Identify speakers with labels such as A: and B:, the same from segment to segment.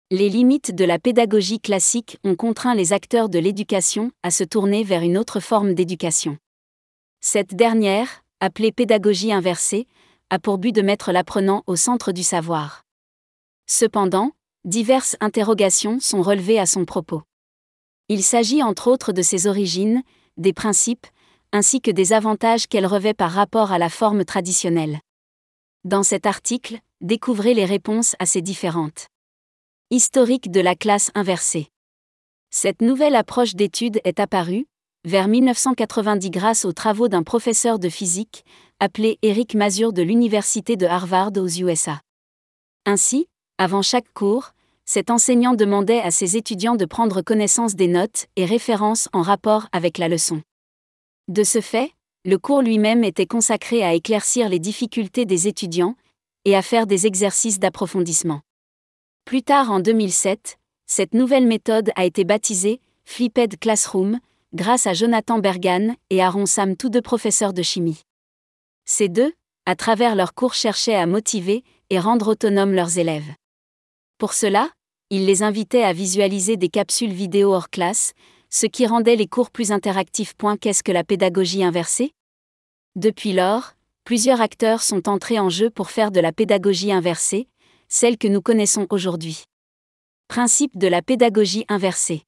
A: Les limites de la pédagogie classique ont contraint les acteurs de l'éducation à se tourner vers une autre forme d'éducation. Cette dernière, appelée pédagogie inversée, a pour but de mettre l'apprenant au centre du savoir. Cependant, diverses interrogations sont relevées à son propos. Il s'agit entre autres de ses origines, des principes, ainsi que des avantages qu'elle revêt par rapport à la forme traditionnelle. Dans cet article, découvrez les réponses à ces différentes. Historique de la classe inversée. Cette nouvelle approche d'étude est apparue, vers 1990 grâce aux travaux d'un professeur de physique, appelé Eric Mazur de l'Université de Harvard aux USA. Ainsi, avant chaque cours, cet enseignant demandait à ses étudiants de prendre connaissance des notes et références en rapport avec la leçon. De ce fait, le cours lui-même était consacré à éclaircir les difficultés des étudiants et à faire des exercices d'approfondissement. Plus tard en 2007, cette nouvelle méthode a été baptisée « Flipped Classroom » grâce à Jonathan Bergan et Aaron Sam, tous deux professeurs de chimie. Ces deux, à travers leurs cours, cherchaient à motiver et rendre autonomes leurs élèves. Pour cela, ils les invitaient à visualiser des capsules vidéo hors classe, ce qui rendait les cours plus interactifs. Qu'est-ce que la pédagogie inversée ? Depuis lors, plusieurs acteurs sont entrés en jeu pour faire de la pédagogie inversée, celle que nous connaissons aujourd'hui. Principe de la pédagogie inversée.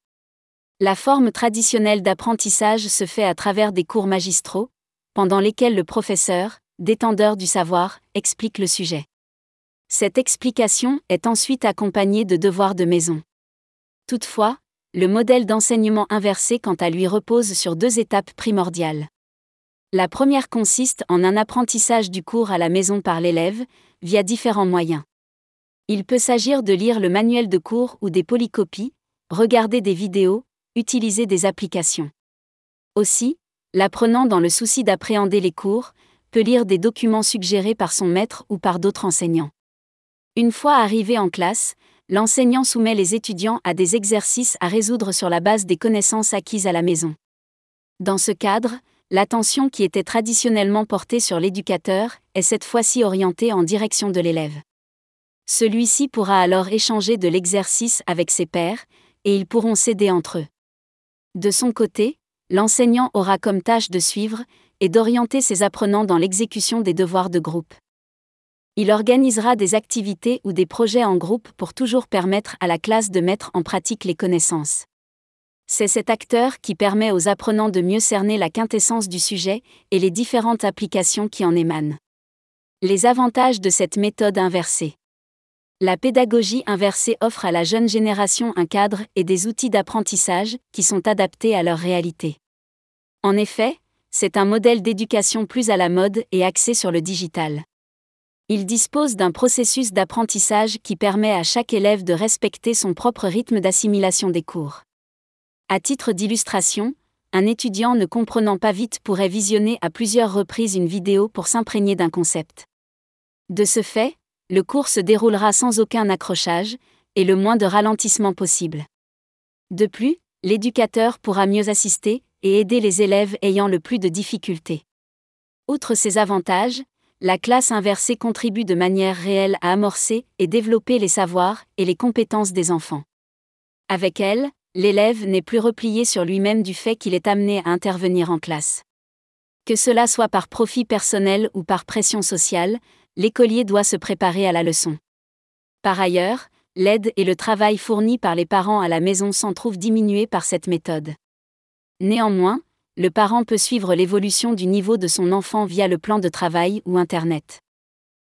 A: La forme traditionnelle d'apprentissage se fait à travers des cours magistraux, pendant lesquels le professeur, détendeur du savoir, explique le sujet. Cette explication est ensuite accompagnée de devoirs de maison. Toutefois, le modèle d'enseignement inversé quant à lui repose sur deux étapes primordiales. La première consiste en un apprentissage du cours à la maison par l'élève, via différents moyens. Il peut s'agir de lire le manuel de cours ou des polycopies, regarder des vidéos, utiliser des applications. Aussi, l'apprenant, dans le souci d'appréhender les cours, peut lire des documents suggérés par son maître ou par d'autres enseignants. Une fois arrivé en classe, l'enseignant soumet les étudiants à des exercices à résoudre sur la base des connaissances acquises à la maison. Dans ce cadre, l'attention qui était traditionnellement portée sur l'éducateur est cette fois-ci orientée en direction de l'élève. Celui-ci pourra alors échanger de l'exercice avec ses pairs, et ils pourront s'aider entre eux. De son côté, l'enseignant aura comme tâche de suivre et d'orienter ses apprenants dans l'exécution des devoirs de groupe. Il organisera des activités ou des projets en groupe pour toujours permettre à la classe de mettre en pratique les connaissances. C'est cet acteur qui permet aux apprenants de mieux cerner la quintessence du sujet et les différentes applications qui en émanent. Les avantages de cette méthode inversée. La pédagogie inversée offre à la jeune génération un cadre et des outils d'apprentissage qui sont adaptés à leur réalité. En effet, c'est un modèle d'éducation plus à la mode et axé sur le digital. Il dispose d'un processus d'apprentissage qui permet à chaque élève de respecter son propre rythme d'assimilation des cours. À titre d'illustration, un étudiant ne comprenant pas vite pourrait visionner à plusieurs reprises une vidéo pour s'imprégner d'un concept. De ce fait, le cours se déroulera sans aucun accrochage, et le moins de ralentissement possible. De plus, l'éducateur pourra mieux assister et aider les élèves ayant le plus de difficultés. Outre ces avantages, la classe inversée contribue de manière réelle à amorcer et développer les savoirs et les compétences des enfants. Avec elle, l'élève n'est plus replié sur lui-même du fait qu'il est amené à intervenir en classe. Que cela soit par profit personnel ou par pression sociale, l'écolier doit se préparer à la leçon. Par ailleurs, l'aide et le travail fournis par les parents à la maison s'en trouvent diminués par cette méthode. Néanmoins, le parent peut suivre l'évolution du niveau de son enfant via le plan de travail ou Internet.